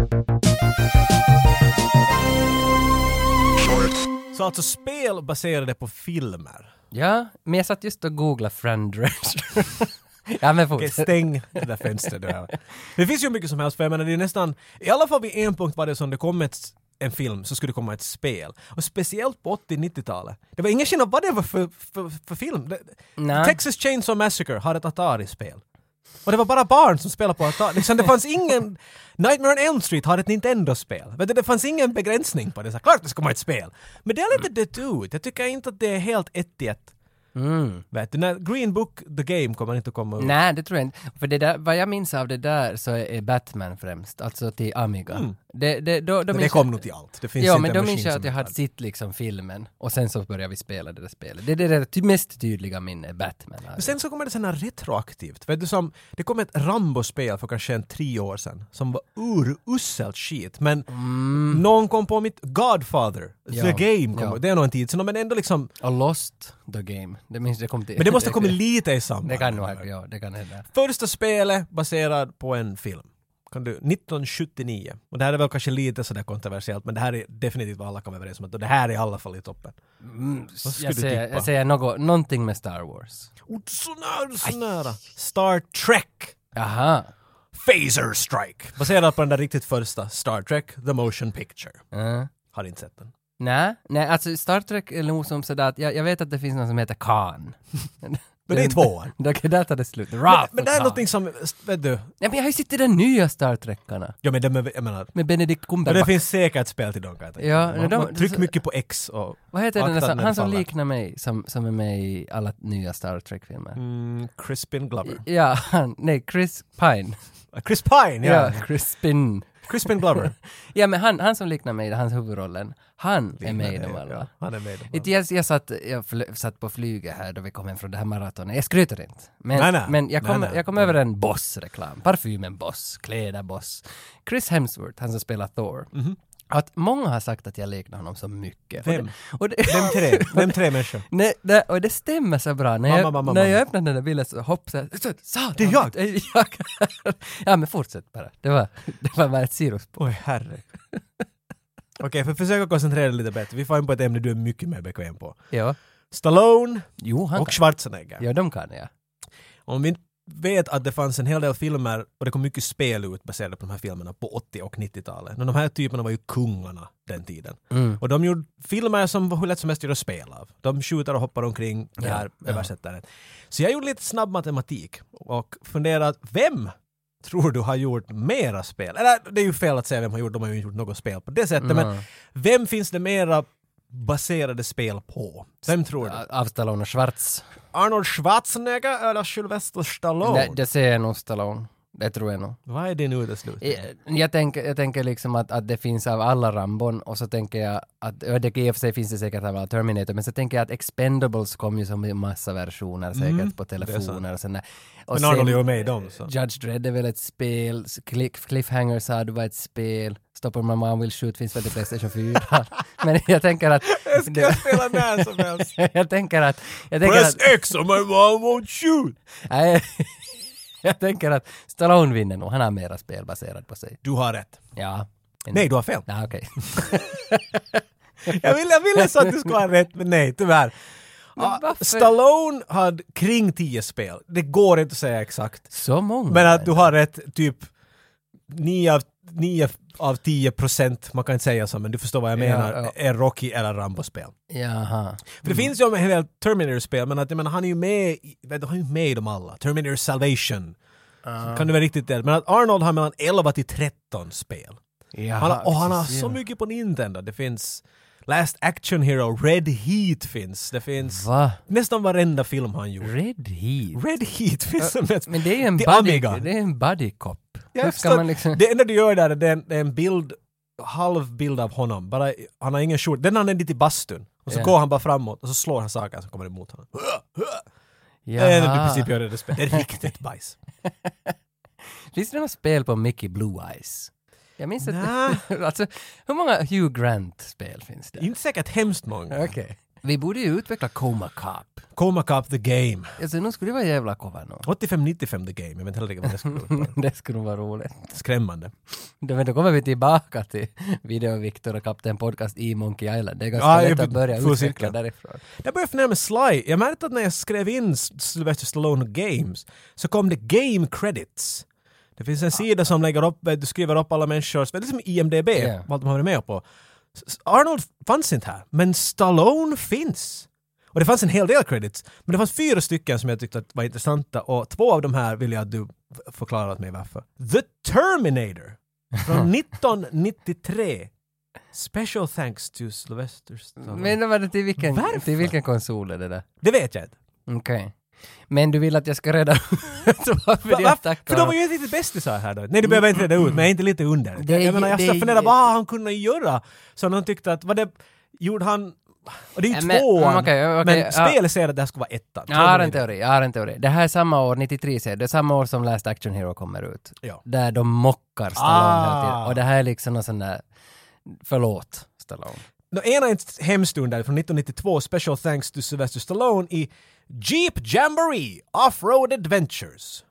Så alltså spel baserade på filmer.
Ja, men jag satt just och googlade Fran Drescher. Ja, men
okej, stäng det där fönstret där. Det finns ju mycket som helst, för jag menar, det är nästan, i alla fall vid en punkt var det som det kom en film så skulle det komma ett spel. Och speciellt på 80-90-talet. Det var ingen skillnad vad det var för film. Texas Chainsaw Massacre har ett Atari-spel. Och det var bara barn som spelade på Atari. Liksom, det fanns ingen... Nightmare on Elm Street har ett Nintendo-spel. Det fanns ingen begränsning på det. Så klart det ska komma ett spel. Men det är lite det ut. Jag tycker inte att det är helt 1-1. Vet du, när Green Book The Game kommer inte att komma ut.
Nej, det tror jag inte. För det där, vad jag minns av det där så är Batman främst, alltså till Amiga.
Det kom nog till allt. Det finns
men då minns jag att jag hade sitt liksom filmen och sen så började vi spela det där spelet. Det är det mest tydliga minne Batman.
Men sen så kommer det sådana retroaktivt. Vet du, det kom ett Rambo-spel för kanske 3 år sedan som var urusselt skit. Men någon kom på mitt Godfather. The Game kom. Det är nog en tid sedan, men ändå liksom...
Och Lost The Game. Det minns det kom till.
Men det måste komma lite i samband.
Det kan nog, ja, det kan hända.
Första spelet baserad på en film. 1979. Och det här är väl kanske lite sådär kontroversiellt, men det här är definitivt vad alla kan vara överens om. Och det här är i alla fall i toppen.
Jag säger någonting med Star Wars.
Så nära. Star Trek.
Aha.
Phaser Strike. Baserad på den där riktigt första Star Trek, The Motion Picture. Har inte sett den.
Nej, alltså Star Trek är nog som sådär att jag vet att det finns någon som heter Khan.
Men det är 2 år.
Där tar det slut.
Men det är någonting som, vet du.
Ja, men jag har ju sett i den nya Star Trekkarna.
Ja, men jag menar.
Med Benedict
Och
Cumberbatch.
det finns säkert spel till dem, kan jag tänka.
Ja,
man trycker mycket på X och...
Vad heter den
akta
där,
när
han som
faller.
liknar mig, som är med i alla nya Star Trek-filmer?
Crispin Glover.
Ja, Chris Pine.
Chris Pine, ja. Crispin Glover.
Ja, men han som liknar mig i hans huvudrollen, han är med i dem alla.
Ja, han är med i dem alla.
Jag satt på flyget här då vi kom hem från det här maratonet. Jag skryter inte.
Nej.
Men jag kom över en Boss-reklam. Parfymen Boss, kläder Boss. Chris Hemsworth, han som spelar Thor. Att många har sagt att jag liknar honom så mycket.
Vem? Vem tre människor?
Och det stämmer så bra. När jag öppnade den där bilden så hoppade jag.
Det är jag!
Ja, men fortsätt bara. Det var bara ett sidospår.
Oj, herre. Okej, för att försöka koncentrera lite bättre. Vi får in på ett ämne du är mycket mer bekväm på.
Ja.
Stallone
Han
och
kan.
Schwarzenegger.
Ja, de kan jag.
Om vi vet att det fanns en hel del filmer och det kom mycket spel ut baserade på de här filmerna på 80- och 90-talet. Men de här typerna var ju kungarna den tiden. Och de gjorde filmer som var hur lätt som helst att spela av. De skjuter och hoppar omkring översättaren. Så jag gjorde lite snabb matematik och funderade, vem tror du har gjort mera spel? Eller det är ju fel att säga vem har gjort, de har ju inte gjort något spel på det sättet. Men vem finns det mera baserade spel på? Vem tror du?
Av Stallone och Schwarz.
Arnold Schwarzenegger eller Sylvester Stallone?
Nej, det ser jag nog Stallone. Det tror jag nog.
Vad är din uteslutning?
Jag tänker liksom att det finns av alla Rambon och så tänker jag att, det i och för sig finns det säkert av alla Terminator, men så tänker jag att Expendables kom ju som en massa versioner säkert på telefoner och sådär. Och
men Arnold är ju med i dem. Så.
Judge Dredd är väl ett spel, Cliffhanger sa du var ett spel, Stopper My Mom Will Shoot finns väl till PlayStation 4. Men jag tänker att...
Jag ska spela när som helst.
jag tänker att
Press X or my mom won't shoot!
Jag tänker att Stallone vinner nog. Han har mera spel baserat på sig.
Du har rätt.
Ja.
Nej, du har fel.
Ja, okej.
Jag ville så att du skulle ha rätt, men nej, tyvärr. Stallone hade kring 10 spel. Det går inte att säga exakt.
Så många.
Men att du har rätt, typ 9 av 10%, man kan inte säga så, men du förstår vad jag menar, är Rocky eller Rambo-spel.
Jaha.
För det finns ju en hel Terminator-spel, men att jag menar, han är ju med i dem alla. Terminator Salvation. Kan du vara riktigt det? Men att Arnold har mellan 11 till 13 spel. Han har så mycket på Nintendo. Det finns Last Action Hero, Red Heat finns. Det finns nästan varenda film han gjort.
Red
Heat finns som ett...
Men det är ju en buddy cop.
Det enda du gör där är en halv bild av honom. Bara, han har ingen skjort. Den har han dit i bastun. Och så går han bara framåt och så slår han saker som kommer emot honom. I princip gör det spel. Det är riktigt bajs.
Finns det något spel på Mickey Blue Eyes? Jag minns att... alltså, hur många Hugh Grant-spel finns det?
Inte säkert hemskt många.
Okej. Vi borde ju utveckla Coma Cop.
Coma Cop The Game.
Alltså, nu skulle det vara jävla kova nu.
85-95 The Game. Jag vet inte heller vad det skulle vara.
Det skulle vara roligt.
Skrämmande.
Då kommer vi tillbaka till Video Victor och Kapten Podcast i Monkey Island. Det är ganska lätt att börja utveckla därifrån.
Jag började fundera med Sly. Jag märkte att när jag skrev in Sylvester Stallone Games så kom det Game Credits. Det finns en sida som lägger upp, du skriver upp alla människor, det är som IMDB, vad de har varit med på. Arnold fanns inte här, men Stallone finns. Och det fanns en hel del credits, men det fanns 4 stycken som jag tyckte var intressanta och 2 av de här vill jag att du förklarar åt mig varför. The Terminator från 1993. Special thanks to Sylvester Stallone.
Men var det till vilken konsol är det där?
Det vet jag inte.
Okej. Men du vill att jag ska reda ut varför
För de var ju inte bästisar här då. Nej, du behöver inte reda ut, men jag är inte lite under. Jag ska fundera, vad har han kunnat göra? Så de tyckte att, vad det gjorde han... Och det är ju 2, men spelet säger att det här ska vara 1.
Jag har en teori. Det här är samma år, 93 säger det är samma år som Last Action Hero kommer ut.
Ja.
Där de mockar Stallone hela tiden. Och det här är liksom någon sån där... Förlåt, Stallone.
Ena är en hemstund där från 1992, special thanks to Sylvester Stallone i Jeep Jamboree Off-Road Adventures.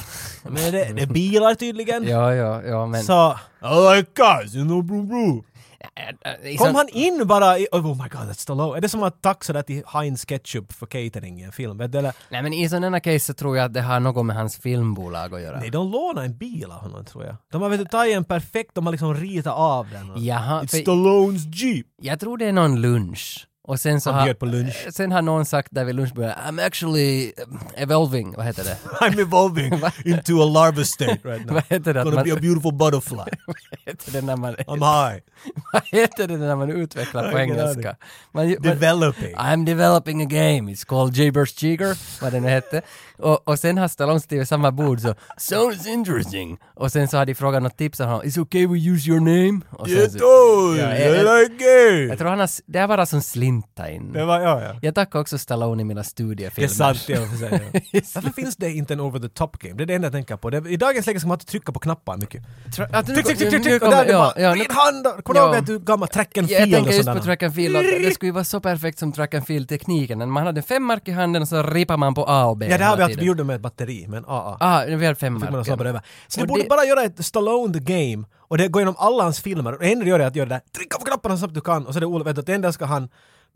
Men det är bilar tydligen.
Ja, men...
Så, I like cars, you know, bro. Kom han in bara i... Oh my god, that's Stallone. Är det som att taxa där till Heinz Ketchup för catering i en film? Eller?
Nej, men i sådana case så tror jag att det har något med hans filmbolag att göra.
Nej, de lånar en bil av honom, tror jag. De har tagit en perfekt, de har liksom ritat av den.
Jaha,
It's Stallones Jeep.
Jag tror det är någon lunch. Och sen så
Han bjöd på lunch.
Sen har någon sagt där vid lunchbordet, I'm actually evolving, vad heter det?
I'm evolving into a larva state right now.
Vad heter det?
Gonna be a beautiful butterfly.
Vad heter det när man...
I'm high.
Vad heter det när man utvecklar på engelska?
Developing.
I'm developing a game. It's called Jeepers Jigger, vad det nu hette. Och sen har Stallone skrivit samma bord så sounds interesting. Och sen så har de frågat något tips av honom. Is it okay we use your name? Och
Yes, I like game.
Jag tror det är bara som slinta in.
Det var, ja.
Jag tackar också Stallone i mina studiefilmer.
Det är sant, jag får säga. Varför finns det inte en over the top game? Det är det enda jag tänker på. I dagens läge ska man inte trycka på knappar mycket. Tryck. Och där är det bara, vid hand. Kommer du ihåg att du gammal track and field?
Jag tänker just på track and field. Det skulle ju vara så perfekt som track and field-tekniken. Man hade 5 mark i handen och så rippar man på A och B.
Ja, det har vi gjort med ett batteri, men AA.
Vi har 5 mark.
Så du borde bara göra ett Stallone the game och det går igenom alla hans filmer. Och det enda du gör är att göra det där. Trycka på knapparna så snabbt du kan. Och så är det Olof, vet du, att det enda ska han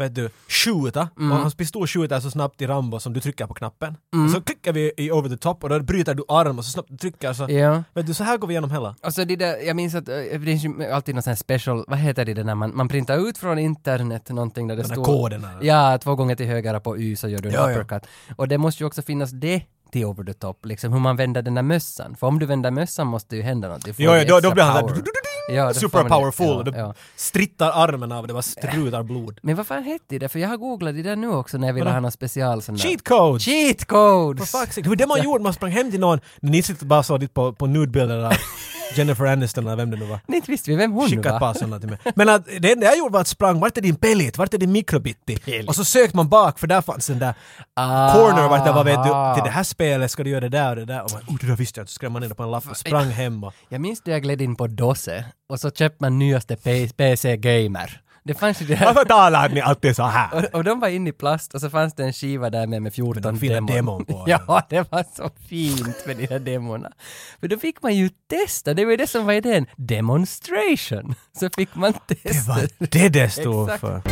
skjuta. Och hans pistol skjuter så snabbt i Rambo som du trycker på knappen. Och så klickar vi i over the top och då bryter du arm och så snabbt du trycker så. Vet du, så här går vi igenom hela.
Och så det där, jag minns att det finns ju alltid någon sån här special, vad heter det när man printar ut från internet någonting där det står...
koden.
Ja, 2 gånger till höger på Y så gör du en uppercut. Och det måste ju också finnas det till over the top, liksom hur man vänder den där mössan. För om du vänder mössan måste ju hända något.
Då blir han
där
super powerful. Du strittar armen av det, bara strutar blod.
Men vad fan hette det? För jag har googlat det där nu också när jag ville ha någon special sån där.
Cheat codes!
Cheat codes!
For fuck's sake. Det var det man gjorde, man sprang hem till någon, ni sitter bara så dit på nudebilder där Jennifer Aniston eller vem det nu var.
Inte visste vi vem hon nu var.
Skickat bara sådana till mig. Men att det enda jag gjorde var att sprang, vart är din pellet? Vart är din mikrobitti? Och så sökte man bak, för där fanns den där corner vart det var, vet du, till det här spelet ska du göra det där och det där. Och man, det där visste jag, så skrev man in det på en lapp och sprang hem.
Jag minns det jag gled in på DOSE och så köpte man nyaste PC Gamer. Det fanns ju det här.
Varför talar ni alltid så här?
Och de var inne i plast och så fanns det en skiva där med 14
demon på.
Ja, det var så fint med de här demorna. För då fick man ju testa, det var ju det som var idén. Demonstration. Så fick man testa.
Det var det stod för.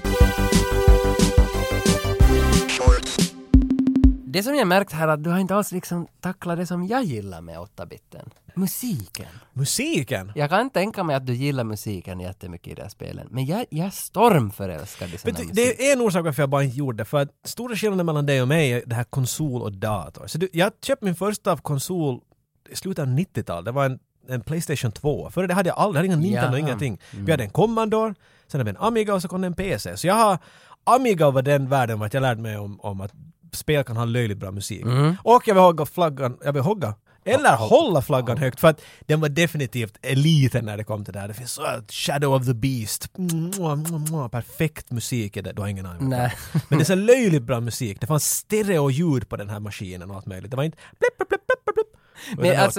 Det som jag märkt här är att du har inte alls liksom tacklat det som jag gillar med 8-biten. Musiken? Jag kan tänka mig att du gillar musiken jättemycket i det här spelen. Men jag stormförälskad i sån här musik.
Det är en orsak varför jag bara inte gjorde det. För att stora skillnaden mellan dig och mig är det här konsol och dator. Så jag köpte min första konsol i slutet av 90-talet. Det var en PlayStation 2. För det hade jag aldrig. Jag hade ingen Nintendo, ingenting. Vi hade en Commodore, sen hade vi en Amiga och så kom det en PC. Så jag har... Amiga var den världen att jag lärde mig om att spel kan ha löjligt bra musik. Och jag vill hålla flaggan högt för att den var definitivt eliten när det kom till det här. Det finns så Shadow of the Beast. Perfekt musik är det. Du har ingen aning.
Nej.
Men det är så löjligt bra musik. Det fanns stereo-ljud på den här maskinen och allt möjligt. Det var inte blip, blip, blip, blip, blip.
Men alltså...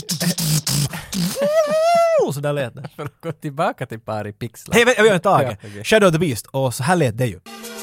så där lät det.
För att gå tillbaka till Pari Pixlar.
Hej, jag gör en tag. Okay. Shadow of the Beast. Och så här lät det ju.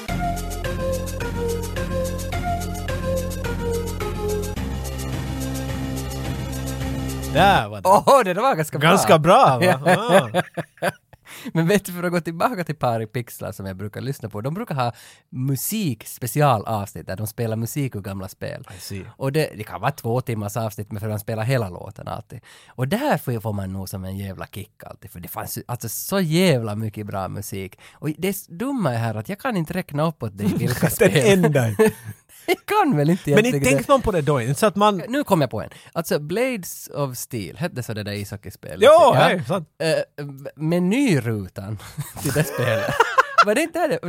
Där var det.
Det var ganska bra.
Ganska bra, va?
Men vet du, för att gå tillbaka till Pari Pixlar som jag brukar lyssna på, de brukar ha specialavsnitt där de spelar musik ur gamla spel. Och det kan vara 2 timmars avsnitt men för att de spelar hela låten alltid. Och där får man nog som en jävla kick alltid, för det fanns alltså så jävla mycket bra musik. Och det dumma är här att jag kan inte räkna upp åt dig vilka spel.
Den enda.
Jag kan väl inte
egentligen. Men inte tänkt någon på det då? Inte så att man...
Nu kom jag på en. Alltså Blades of Steel, hette så det där ishockeyspelet.
Jo, hej, sant.
Menyrutan till det spelet. Var det inte det?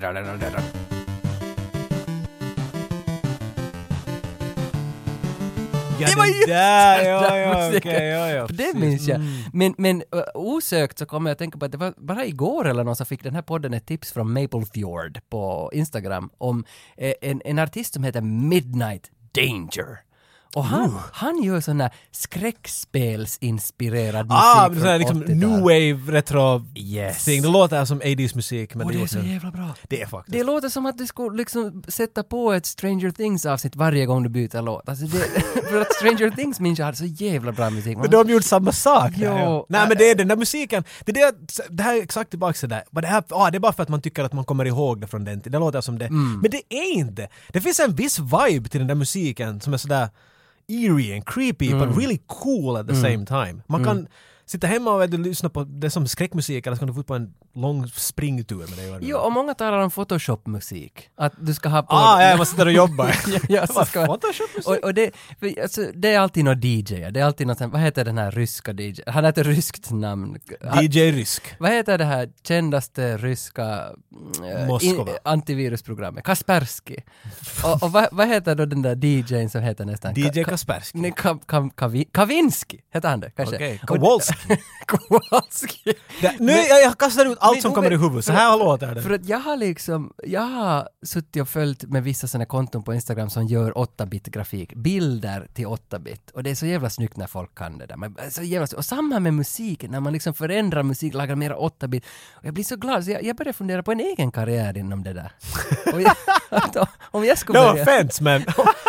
Ja, det var ju där,
det minns jag. Men osökt så kommer jag att tänka på att det var bara igår eller någon som fick den här podden ett tips från Maplefjord på Instagram om en artist som heter Midnight Danger. Och han gör sån här skräckspelsinspirerad musik
det
från
är liksom
80-talet.
new wave retro
Yes.
thing. Det låter som 80s musik, men
Och det är
låter-
så jävla bra.
Det är faktiskt.
Det låter som att du skulle liksom sätta på ett Stranger Things-avsnitt varje gång du byter låt. Alltså det, för att Stranger Things minns jag hade så jävla bra musik.
Men de har gjort samma sak där,
Jo.
ja. Nej men det är den där musiken, det här är exakt tillbaka till det. Men det här, det är bara för att man tycker att man kommer ihåg det från den tiden. Det låter som det. Men det är inte. Det finns en viss vibe till den där musiken som är sådär eerie and creepy but really cool at the same time. Man kan sitta hemma och lyssna på det som skräckmusik eller så kan du få på en lång springtur med det.
Jo, och många talar om Photoshop-musik. Att du ska ha på...
jag måste sitta och jobba.
ja, så ska...
Photoshop-musik?
Och det, för, alltså, det är alltid någon DJ. Det är alltid något, vad heter den här ryska DJ? Han heter ryskt namn.
DJ Rysk.
Vad heter det här kändaste ryska
Moskova.
antivirusprogrammet? Kaspersky. och vad heter då den där DJn som heter nästan?
DJ Kaspersky.
Nej, Kavinsky heter han det kanske?
Okej, Kowalski.
Kowalski.
Nu jag kastar ut allt
Men
som
nog
kommer i
vet-
huvudet. Så här låter det.
För att jag har suttit och följt med vissa sådana konton på Instagram som gör 8-bit-grafik. Bilder till 8-bit. Och det är så jävla snyggt när folk kan det där. Men så jävla, och samma med musiken. När man liksom förändrar musik, lagar mer 8-bit. Och jag blir så glad. Så jag börjar fundera på en egen karriär inom det där. Och om jag skulle
No
börja...
offense men...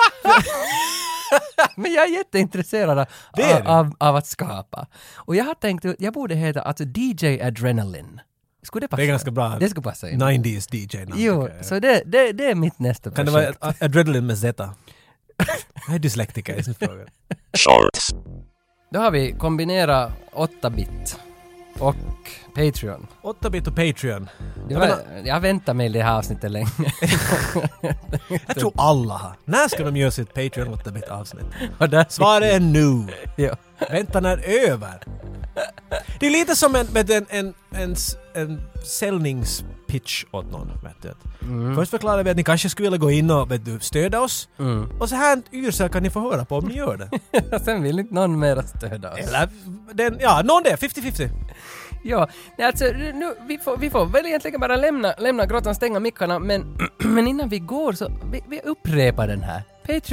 Men jag är jätteintresserad
Det är du.
av att skapa. Och jag har tänkt att jag borde heta alltså DJ Adrenaline. Skulle det passa?
Det är ganska bra.
Det skulle passa in.
90s DJ.
Jo, så det är mitt nästa
Kan
projekt.
det vara Adrenaline med Z? Jag är dyslektiker i sin fråga.
Shorts.
Då har vi kombinerat 8-bit och Patreon.
8-bit och Patreon.
Jag väntar med det här avsnittet länge.
Jag tror alla har. När ska de göra sitt Patreon 8-bit avsnitt?
Och där,
Svaret är nu.
ja.
Väntan är över. Det är lite som en säljningspitch åt någon. Vet du. Först förklarar vi att ni kanske skulle vilja gå in och stödja oss. Och så här ursök kan ni få höra på om ni gör det.
Sen vill inte någon mera stödja oss.
Eller, någon det. 50-50.
Ja, nej, alltså nu, vi får väl egentligen bara lämna grottan, stänga mickarna, men innan vi går så vi upprepar den här.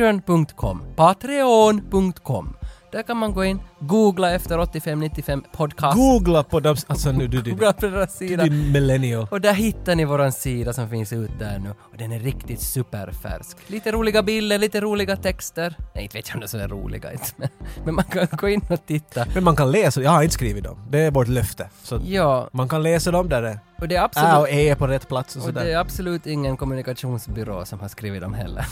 Patreon.com. Där kan man gå in, googla efter 8595 podcast.
Googla på dem. Alltså nu du
Googla på deras sida.
din millennial.
Och där hittar ni våran sida som finns ut där nu. Och den är riktigt superfärsk. Lite roliga bilder, lite roliga texter. Nej, inte vet jag om det är så är roliga. Men man kan gå in och titta.
Men man kan läsa, jag har inte skrivit dem. Det är vårt löfte. Så
Ja,
man kan läsa dem där det
och det är
Ä
absolut...
och E på rätt plats och
Och det
sådär.
är absolut ingen kommunikationsbyrå som har skrivit dem heller.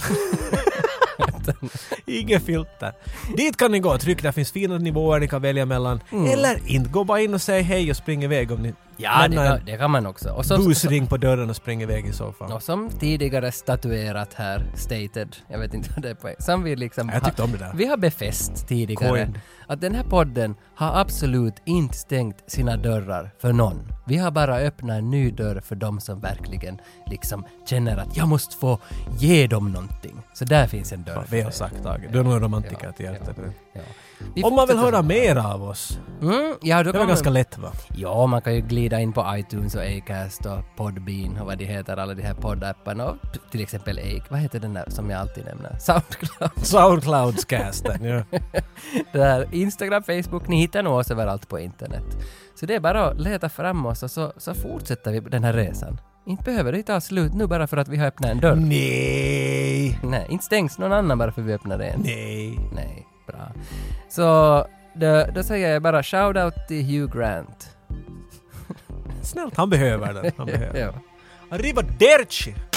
Ingen filter. Dit kan ni gå och trycka, där finns fina nivåer ni kan välja mellan. Eller inte, gå bara in och säg hej och spring iväg om ni
Ja,
lämnar
det kan man också. Och
en busring på dörren och spring iväg i så fall.
och som tidigare statuerat här, stated, jag vet inte vad det är på, som vi liksom
Jag tyckte om det där.
vi har befäst tidigare
Coin.
att den här podden har absolut inte stängt sina dörrar för någon. Vi har bara öppnat en ny dörr för dem som verkligen liksom känner att jag måste få ge dem någonting. Så där finns en dörr.
Ja, vi har sagt Tage. Du är nog en romantiker till hjärtat.
Ja. Vi
Om man vill
fortsätter
höra
så.
mer av oss.
Ja, då
Det
kan
var
man...
ganska lätt va?
Ja, man kan ju glida in på iTunes och Acast och Podbean och vad de heter, alla de här poddapparna och till exempel vad heter den där som jag alltid nämner? Soundcloud.
Soundcloudscasten, ja.
Där Instagram, Facebook, ni hittar nog oss överallt på internet. Så det är bara att leta fram oss och så fortsätter vi den här resan. Inte behöver det ta slut nu bara för att vi har öppnat en dörr.
Nej.
Nej, inte stängs någon annan bara för att vi öppnar en.
Nej.
Nej, bra. Så då säger jag bara shoutout till Hugh Grant.
Snällt, han behöver den. Han behöver.
Ja.
Arrivederci!